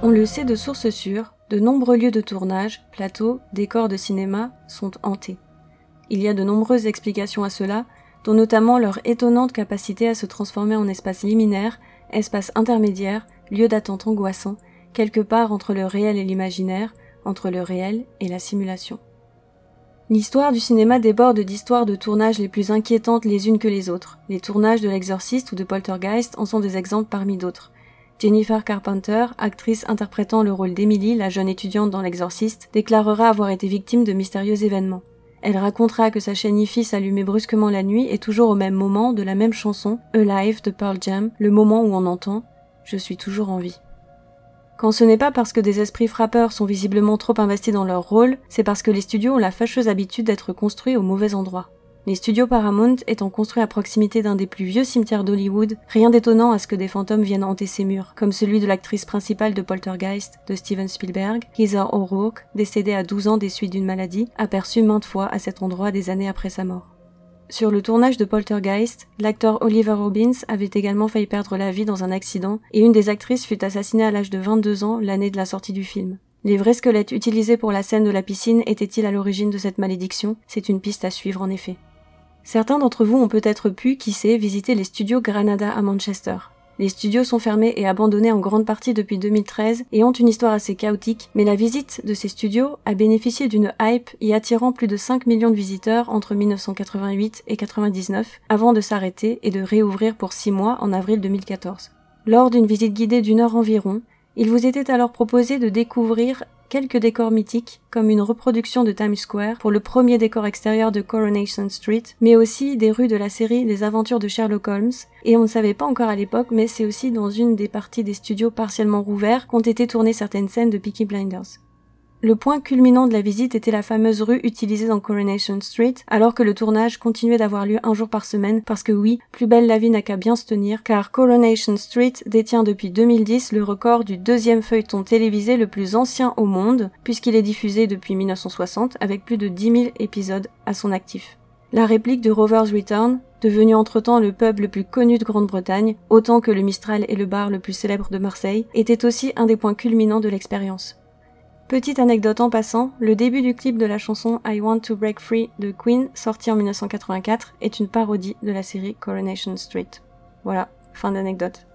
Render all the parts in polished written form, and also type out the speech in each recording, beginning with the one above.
On le sait de sources sûres, de nombreux lieux de tournage, plateaux, décors de cinéma sont hantés. Il y a de nombreuses explications à cela, dont notamment leur étonnante capacité à se transformer en espace liminaire, espace intermédiaire, lieu d'attente angoissant, quelque part entre le réel et l'imaginaire, entre le réel et la simulation. L'histoire du cinéma déborde d'histoires de tournage les plus inquiétantes les unes que les autres. Les tournages de L'Exorciste ou de Poltergeist en sont des exemples parmi d'autres. Jennifer Carpenter, actrice interprétant le rôle d'Emily, la jeune étudiante dans L'Exorciste, déclarera avoir été victime de mystérieux événements. Elle racontera que sa chaîne hi-fi s'allumait brusquement la nuit et toujours au même moment de la même chanson, Alive de Pearl Jam, le moment où on entend « Je suis toujours en vie ». Quand ce n'est pas parce que des esprits frappeurs sont visiblement trop investis dans leur rôle, c'est parce que les studios ont la fâcheuse habitude d'être construits au mauvais endroit. Les studios Paramount étant construits à proximité d'un des plus vieux cimetières d'Hollywood, rien d'étonnant à ce que des fantômes viennent hanter ces murs, comme celui de l'actrice principale de Poltergeist, de Steven Spielberg, Heather O'Rourke, décédée à 12 ans des suites d'une maladie, aperçue maintes fois à cet endroit des années après sa mort. Sur le tournage de Poltergeist, l'acteur Oliver Robbins avait également failli perdre la vie dans un accident et une des actrices fut assassinée à l'âge de 22 ans l'année de la sortie du film. Les vrais squelettes utilisés pour la scène de la piscine étaient-ils à l'origine de cette malédiction ? C'est une piste à suivre en effet. Certains d'entre vous ont peut-être pu, qui sait, visiter les studios Granada à Manchester. Les studios sont fermés et abandonnés en grande partie depuis 2013 et ont une histoire assez chaotique, mais la visite de ces studios a bénéficié d'une hype y attirant plus de 5 millions de visiteurs entre 1988 et 1999, avant de s'arrêter et de réouvrir pour 6 mois en avril 2014. Lors d'une visite guidée d'1 heure environ, il vous était alors proposé de découvrir quelques décors mythiques, comme une reproduction de Times Square pour le premier décor extérieur de Coronation Street, mais aussi des rues de la série Les Aventures de Sherlock Holmes, et on ne savait pas encore à l'époque, mais c'est aussi dans une des parties des studios partiellement rouverts qu'ont été tournées certaines scènes de Peaky Blinders. Le point culminant de la visite était la fameuse rue utilisée dans Coronation Street, alors que le tournage continuait d'avoir lieu 1 jour par semaine, parce que oui, Plus belle la vie n'a qu'à bien se tenir, car Coronation Street détient depuis 2010 le record du 2e feuilleton télévisé le plus ancien au monde, puisqu'il est diffusé depuis 1960, avec plus de 10 000 épisodes à son actif. La réplique de Rover's Return, devenu entre-temps le pub le plus connu de Grande-Bretagne, autant que le Mistral et le bar le plus célèbre de Marseille, était aussi un des points culminants de l'expérience. Petite anecdote en passant, le début du clip de la chanson I Want to Break Free de Queen, sorti en 1984, est une parodie de la série Coronation Street. Voilà, fin d'anecdote.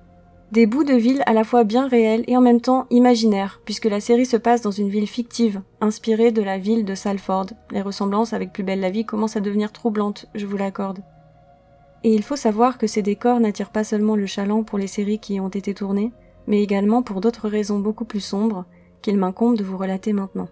Des bouts de ville à la fois bien réels et en même temps imaginaires, puisque la série se passe dans une ville fictive, inspirée de la ville de Salford. Les ressemblances avec Plus belle la vie commencent à devenir troublantes, je vous l'accorde. Et il faut savoir que ces décors n'attirent pas seulement le chaland pour les séries qui y ont été tournées, mais également pour d'autres raisons beaucoup plus sombres, qu'il m'incombe de vous relater maintenant.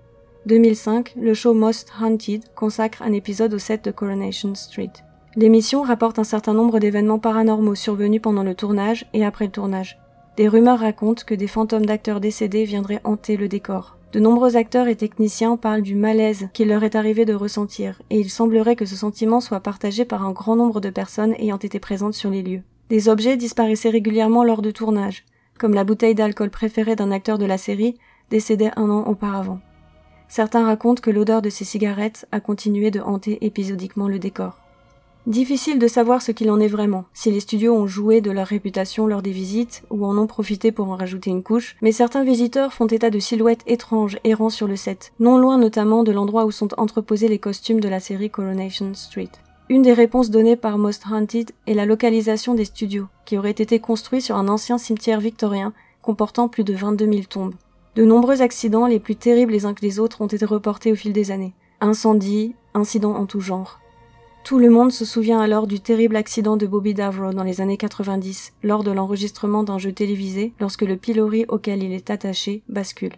2005, le show Most Haunted consacre un épisode au set de Coronation Street. L'émission rapporte un certain nombre d'événements paranormaux survenus pendant le tournage et après le tournage. Des rumeurs racontent que des fantômes d'acteurs décédés viendraient hanter le décor. De nombreux acteurs et techniciens parlent du malaise qu'il leur est arrivé de ressentir, et il semblerait que ce sentiment soit partagé par un grand nombre de personnes ayant été présentes sur les lieux. Des objets disparaissaient régulièrement lors du tournage, comme la bouteille d'alcool préférée d'un acteur de la série, décédé 1 an auparavant. Certains racontent que l'odeur de ces cigarettes a continué de hanter épisodiquement le décor. Difficile de savoir ce qu'il en est vraiment, si les studios ont joué de leur réputation lors des visites ou en ont profité pour en rajouter une couche, mais certains visiteurs font état de silhouettes étranges errant sur le set, non loin notamment de l'endroit où sont entreposés les costumes de la série Coronation Street. Une des réponses données par Most Haunted est la localisation des studios, qui auraient été construits sur un ancien cimetière victorien comportant plus de 22 000 tombes. De nombreux accidents, les plus terribles les uns que les autres, ont été reportés au fil des années. Incendies, incidents en tout genre. Tout le monde se souvient alors du terrible accident de Bobby Davro dans les années 90, lors de l'enregistrement d'un jeu télévisé, lorsque le pilori auquel il est attaché bascule.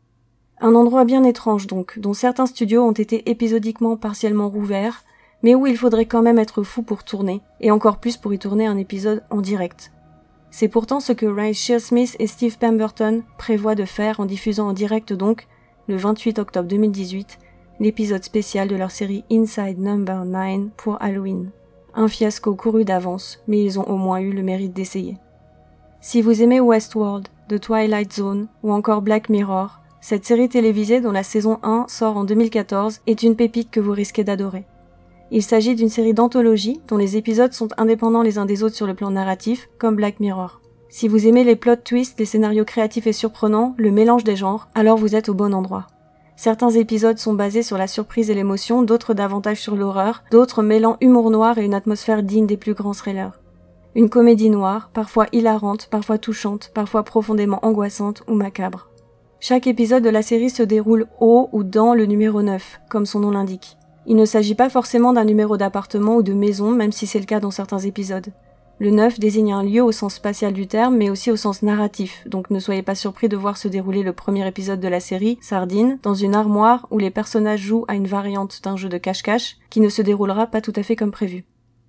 Un endroit bien étrange donc, dont certains studios ont été épisodiquement partiellement rouverts, mais où il faudrait quand même être fou pour tourner, et encore plus pour y tourner un épisode en direct. C'est pourtant ce que Ryan Shearsmith et Steve Pemberton prévoient de faire en diffusant en direct donc, le 28 octobre 2018, l'épisode spécial de leur série Inside Number 9 pour Halloween. Un fiasco couru d'avance, mais ils ont au moins eu le mérite d'essayer. Si vous aimez Westworld, The Twilight Zone ou encore Black Mirror, cette série télévisée dont la saison 1 sort en 2014 est une pépite que vous risquez d'adorer. Il s'agit d'une série d'anthologie dont les épisodes sont indépendants les uns des autres sur le plan narratif, comme Black Mirror. Si vous aimez les plot twists, les scénarios créatifs et surprenants, le mélange des genres, alors vous êtes au bon endroit. Certains épisodes sont basés sur la surprise et l'émotion, d'autres davantage sur l'horreur, d'autres mêlant humour noir et une atmosphère digne des plus grands thrillers. Une comédie noire, parfois hilarante, parfois touchante, parfois profondément angoissante ou macabre. Chaque épisode de la série se déroule au ou dans le numéro 9, comme son nom l'indique. Il ne s'agit pas forcément d'un numéro d'appartement ou de maison, même si c'est le cas dans certains épisodes. Le 9 désigne un lieu au sens spatial du terme, mais aussi au sens narratif, donc ne soyez pas surpris de voir se dérouler le premier épisode de la série, Sardine, dans une armoire où les personnages jouent à une variante d'un jeu de cache-cache, qui ne se déroulera pas tout à fait comme prévu.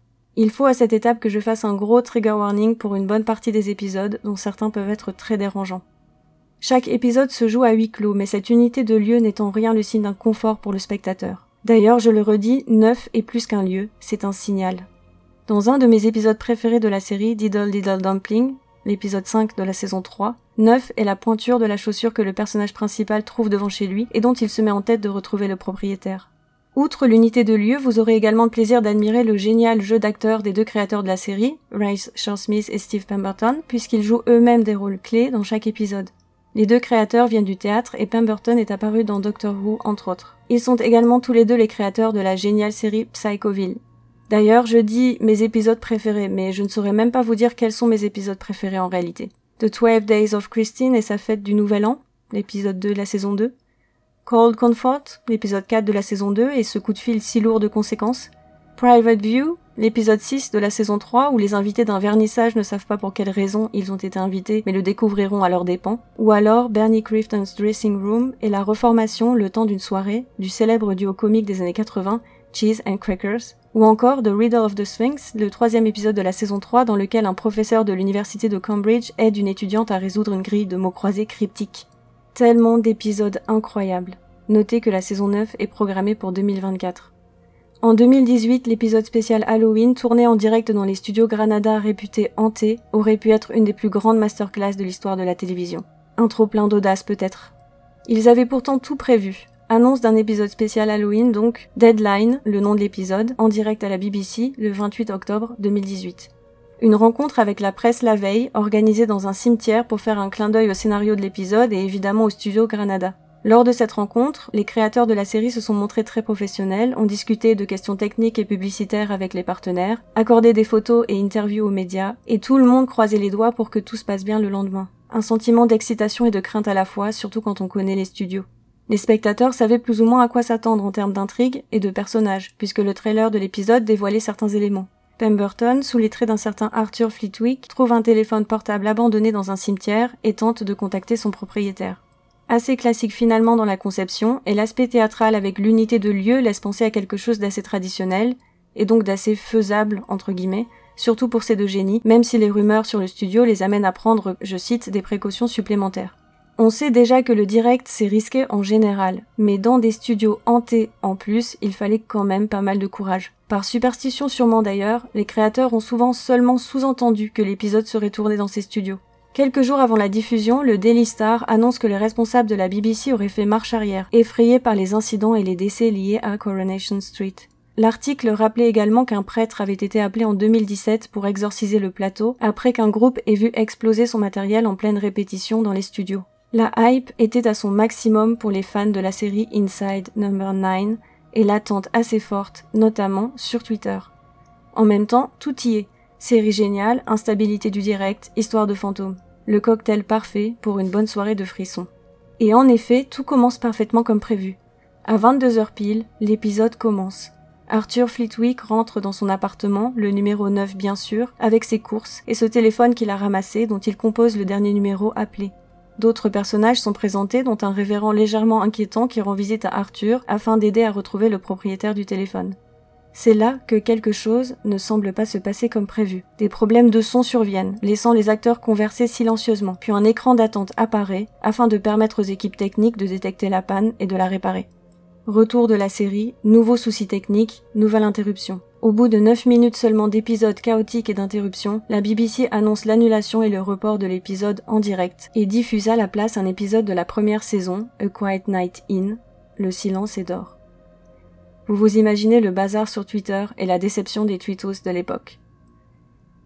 Il faut à cette étape que je fasse un gros trigger warning pour une bonne partie des épisodes, dont certains peuvent être très dérangeants. Chaque épisode se joue à huis clos, mais cette unité de lieu n'est en rien le signe d'un confort pour le spectateur. D'ailleurs, je le redis, 9 est plus qu'un lieu, c'est un signal. Dans un de mes épisodes préférés de la série, Diddle Diddle Dumpling, l'épisode 5 de la saison 3, 9 est la pointure de la chaussure que le personnage principal trouve devant chez lui et dont il se met en tête de retrouver le propriétaire. Outre l'unité de lieu, vous aurez également le plaisir d'admirer le génial jeu d'acteurs des deux créateurs de la série, Rhys Sean-Smith et Steve Pemberton, puisqu'ils jouent eux-mêmes des rôles clés dans chaque épisode. Les deux créateurs viennent du théâtre et Pemberton est apparu dans Doctor Who, entre autres. Ils sont également tous les deux les créateurs de la géniale série Psychoville. D'ailleurs, je dis mes épisodes préférés, mais je ne saurais même pas vous dire quels sont mes épisodes préférés en réalité. The 12 Days of Christine et sa fête du Nouvel An, l'épisode 2 de la saison 2. Cold Comfort, l'épisode 4 de la saison 2 et ce coup de fil si lourd de conséquences. Private View, l'épisode 6 de la saison 3 où les invités d'un vernissage ne savent pas pour quelle raison ils ont été invités mais le découvriront à leurs dépens. Ou alors Bernie Crifton's Dressing Room et la reformation, le temps d'une soirée, du célèbre duo comique des années 80, Cheese and Crackers. Ou encore The Riddle of the Sphinx, le troisième épisode de la saison 3 dans lequel un professeur de l'université de Cambridge aide une étudiante à résoudre une grille de mots croisés cryptiques. Tellement d'épisodes incroyables. Notez que la saison 9 est programmée pour 2024. En 2018, l'épisode spécial Halloween, tourné en direct dans les studios Granada réputés hantés, aurait pu être une des plus grandes masterclass de l'histoire de la télévision. Un trop-plein d'audace peut-être. Ils avaient pourtant tout prévu. Annonce d'un épisode spécial Halloween donc, Deadline, le nom de l'épisode, en direct à la BBC le 28 octobre 2018. Une rencontre avec la presse la veille, organisée dans un cimetière pour faire un clin d'œil au scénario de l'épisode et évidemment au studio Granada. Lors de cette rencontre, les créateurs de la série se sont montrés très professionnels, ont discuté de questions techniques et publicitaires avec les partenaires, accordé des photos et interviews aux médias, et tout le monde croisait les doigts pour que tout se passe bien le lendemain. Un sentiment d'excitation et de crainte à la fois, surtout quand on connaît les studios. Les spectateurs savaient plus ou moins à quoi s'attendre en termes d'intrigue et de personnages, puisque le trailer de l'épisode dévoilait certains éléments. Pemberton, sous les traits d'un certain Arthur Flitwick, trouve un téléphone portable abandonné dans un cimetière et tente de contacter son propriétaire. Assez classique finalement dans la conception, et l'aspect théâtral avec l'unité de lieu laisse penser à quelque chose d'assez traditionnel, et donc d'assez faisable, entre guillemets, surtout pour ces deux génies, même si les rumeurs sur le studio les amènent à prendre, je cite, des précautions supplémentaires. On sait déjà que le direct c'est risqué en général, mais dans des studios hantés en plus, il fallait quand même pas mal de courage. Par superstition sûrement d'ailleurs, les créateurs ont souvent seulement sous-entendu que l'épisode serait tourné dans ces studios. Quelques jours avant la diffusion, le Daily Star annonce que les responsables de la BBC auraient fait marche arrière, effrayés par les incidents et les décès liés à Coronation Street. L'article rappelait également qu'un prêtre avait été appelé en 2017 pour exorciser le plateau, après qu'un groupe ait vu exploser son matériel en pleine répétition dans les studios. La hype était à son maximum pour les fans de la série Inside No. 9 et l'attente assez forte, notamment sur Twitter. En même temps, tout y est. Série géniale, instabilité du direct, histoire de fantômes. Le cocktail parfait pour une bonne soirée de frissons. Et en effet, tout commence parfaitement comme prévu. À 22h pile, l'épisode commence. Arthur Flitwick rentre dans son appartement, le numéro 9 bien sûr, avec ses courses et ce téléphone qu'il a ramassé dont il compose le dernier numéro appelé. D'autres personnages sont présentés, dont un révérend légèrement inquiétant qui rend visite à Arthur afin d'aider à retrouver le propriétaire du téléphone. C'est là que quelque chose ne semble pas se passer comme prévu. Des problèmes de son surviennent, laissant les acteurs converser silencieusement, puis un écran d'attente apparaît afin de permettre aux équipes techniques de détecter la panne et de la réparer. Retour de la série, nouveau souci technique, nouvelle interruption. Au bout de 9 minutes seulement d'épisodes chaotiques et d'interruptions, la BBC annonce l'annulation et le report de l'épisode en direct et diffuse à la place un épisode de la première saison, A Quiet Night In, Le silence est d'or. Vous vous imaginez le bazar sur Twitter et la déception des tweetos de l'époque.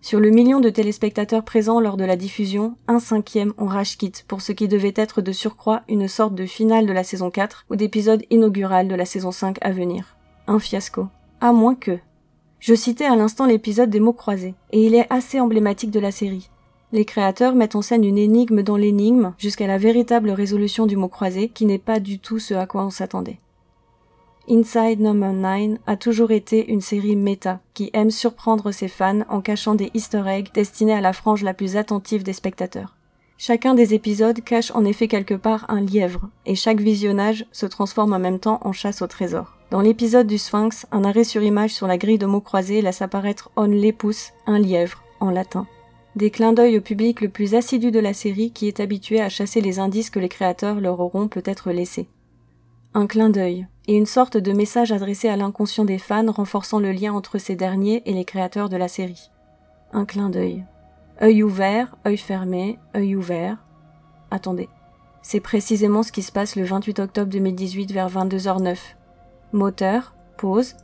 Sur le million de téléspectateurs présents lors de la diffusion, 1/5 ont rage quit pour ce qui devait être de surcroît une sorte de finale de la saison 4 ou d'épisode inaugural de la saison 5 à venir. Un fiasco. À moins que... Je citais à l'instant l'épisode des mots croisés, et il est assez emblématique de la série. Les créateurs mettent en scène une énigme dans l'énigme jusqu'à la véritable résolution du mot croisé qui n'est pas du tout ce à quoi on s'attendait. Inside No. 9 a toujours été une série méta qui aime surprendre ses fans en cachant des easter eggs destinés à la frange la plus attentive des spectateurs. Chacun des épisodes cache en effet quelque part un lièvre, et chaque visionnage se transforme en même temps en chasse au trésor. Dans l'épisode du Sphinx, un arrêt sur image sur la grille de mots croisés laisse apparaître on lepus, un lièvre, en latin. Des clins d'œil au public le plus assidu de la série qui est habitué à chasser les indices que les créateurs leur auront peut-être laissés. Un clin d'œil, et une sorte de message adressé à l'inconscient des fans renforçant le lien entre ces derniers et les créateurs de la série. Un clin d'œil. Œil ouvert, œil fermé, œil ouvert. Attendez. C'est précisément ce qui se passe le 28 octobre 2018 vers 22h09. Moteur, pause,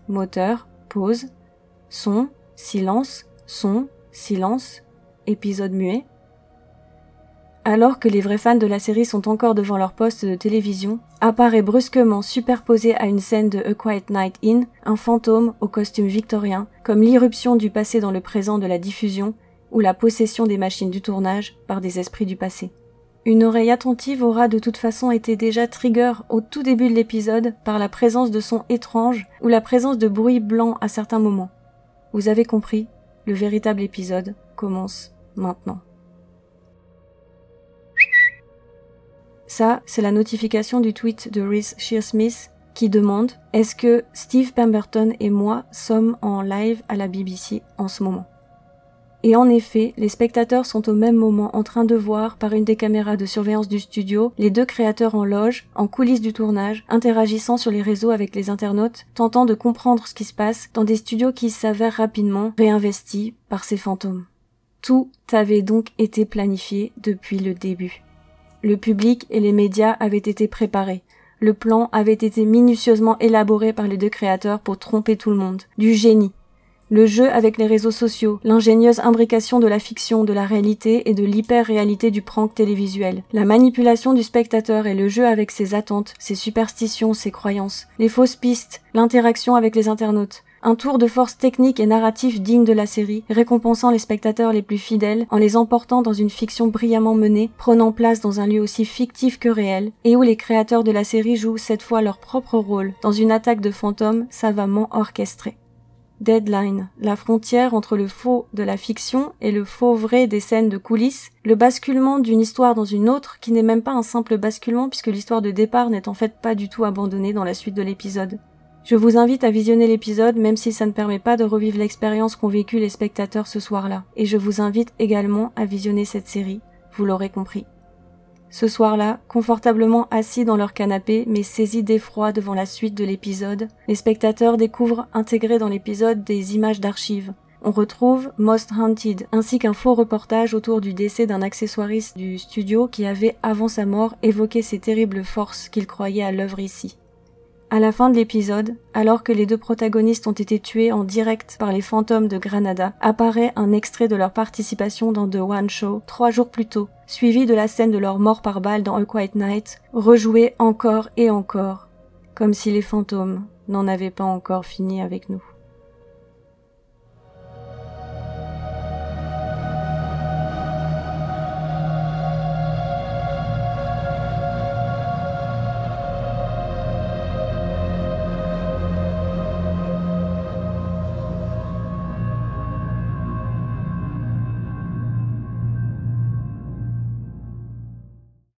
son, silence, épisode muet. Alors que les vrais fans de la série sont encore devant leur poste de télévision, apparaît brusquement superposé à une scène de A Quiet Night In, un fantôme au costume victorien, comme l'irruption du passé dans le présent de la diffusion, ou la possession des machines du tournage par des esprits du passé. Une oreille attentive aura de toute façon été déjà trigger au tout début de l'épisode par la présence de sons étranges ou la présence de bruits blancs à certains moments. Vous avez compris, le véritable épisode commence maintenant. Ça, c'est la notification du tweet de Reese Shearsmith qui demande « Est-ce que Steve Pemberton et moi sommes en live à la BBC en ce moment ?» Et en effet, les spectateurs sont au même moment en train de voir, par une des caméras de surveillance du studio, les deux créateurs en loge, en coulisses du tournage, interagissant sur les réseaux avec les internautes, tentant de comprendre ce qui se passe dans des studios qui s'avèrent rapidement réinvestis par ces fantômes. Tout avait donc été planifié depuis le début. Le public et les médias avaient été préparés. Le plan avait été minutieusement élaboré par les deux créateurs pour tromper tout le monde. Du génie. Le jeu avec les réseaux sociaux, l'ingénieuse imbrication de la fiction, de la réalité et de l'hyper-réalité du prank télévisuel, la manipulation du spectateur et le jeu avec ses attentes, ses superstitions, ses croyances, les fausses pistes, l'interaction avec les internautes. Un tour de force technique et narratif digne de la série, récompensant les spectateurs les plus fidèles en les emportant dans une fiction brillamment menée, prenant place dans un lieu aussi fictif que réel, et où les créateurs de la série jouent cette fois leur propre rôle dans une attaque de fantômes savamment orchestrée. Deadline, la frontière entre le faux de la fiction et le faux vrai des scènes de coulisses, le basculement d'une histoire dans une autre qui n'est même pas un simple basculement puisque l'histoire de départ n'est en fait pas du tout abandonnée dans la suite de l'épisode. Je vous invite à visionner l'épisode même si ça ne permet pas de revivre l'expérience qu'ont vécu les spectateurs ce soir-là. Et je vous invite également à visionner cette série, vous l'aurez compris. Ce soir-là, confortablement assis dans leur canapé mais saisis d'effroi devant la suite de l'épisode, les spectateurs découvrent intégrés dans l'épisode des images d'archives. On retrouve Most Haunted ainsi qu'un faux reportage autour du décès d'un accessoiriste du studio qui avait, avant sa mort, évoqué ces terribles forces qu'il croyait à l'œuvre ici. À la fin de l'épisode, alors que les deux protagonistes ont été tués en direct par les fantômes de Granada, apparaît un extrait de leur participation dans The One Show 3 jours plus tôt, suivi de la scène de leur mort par balle dans A Quiet Night, rejouée encore et encore, comme si les fantômes n'en avaient pas encore fini avec nous.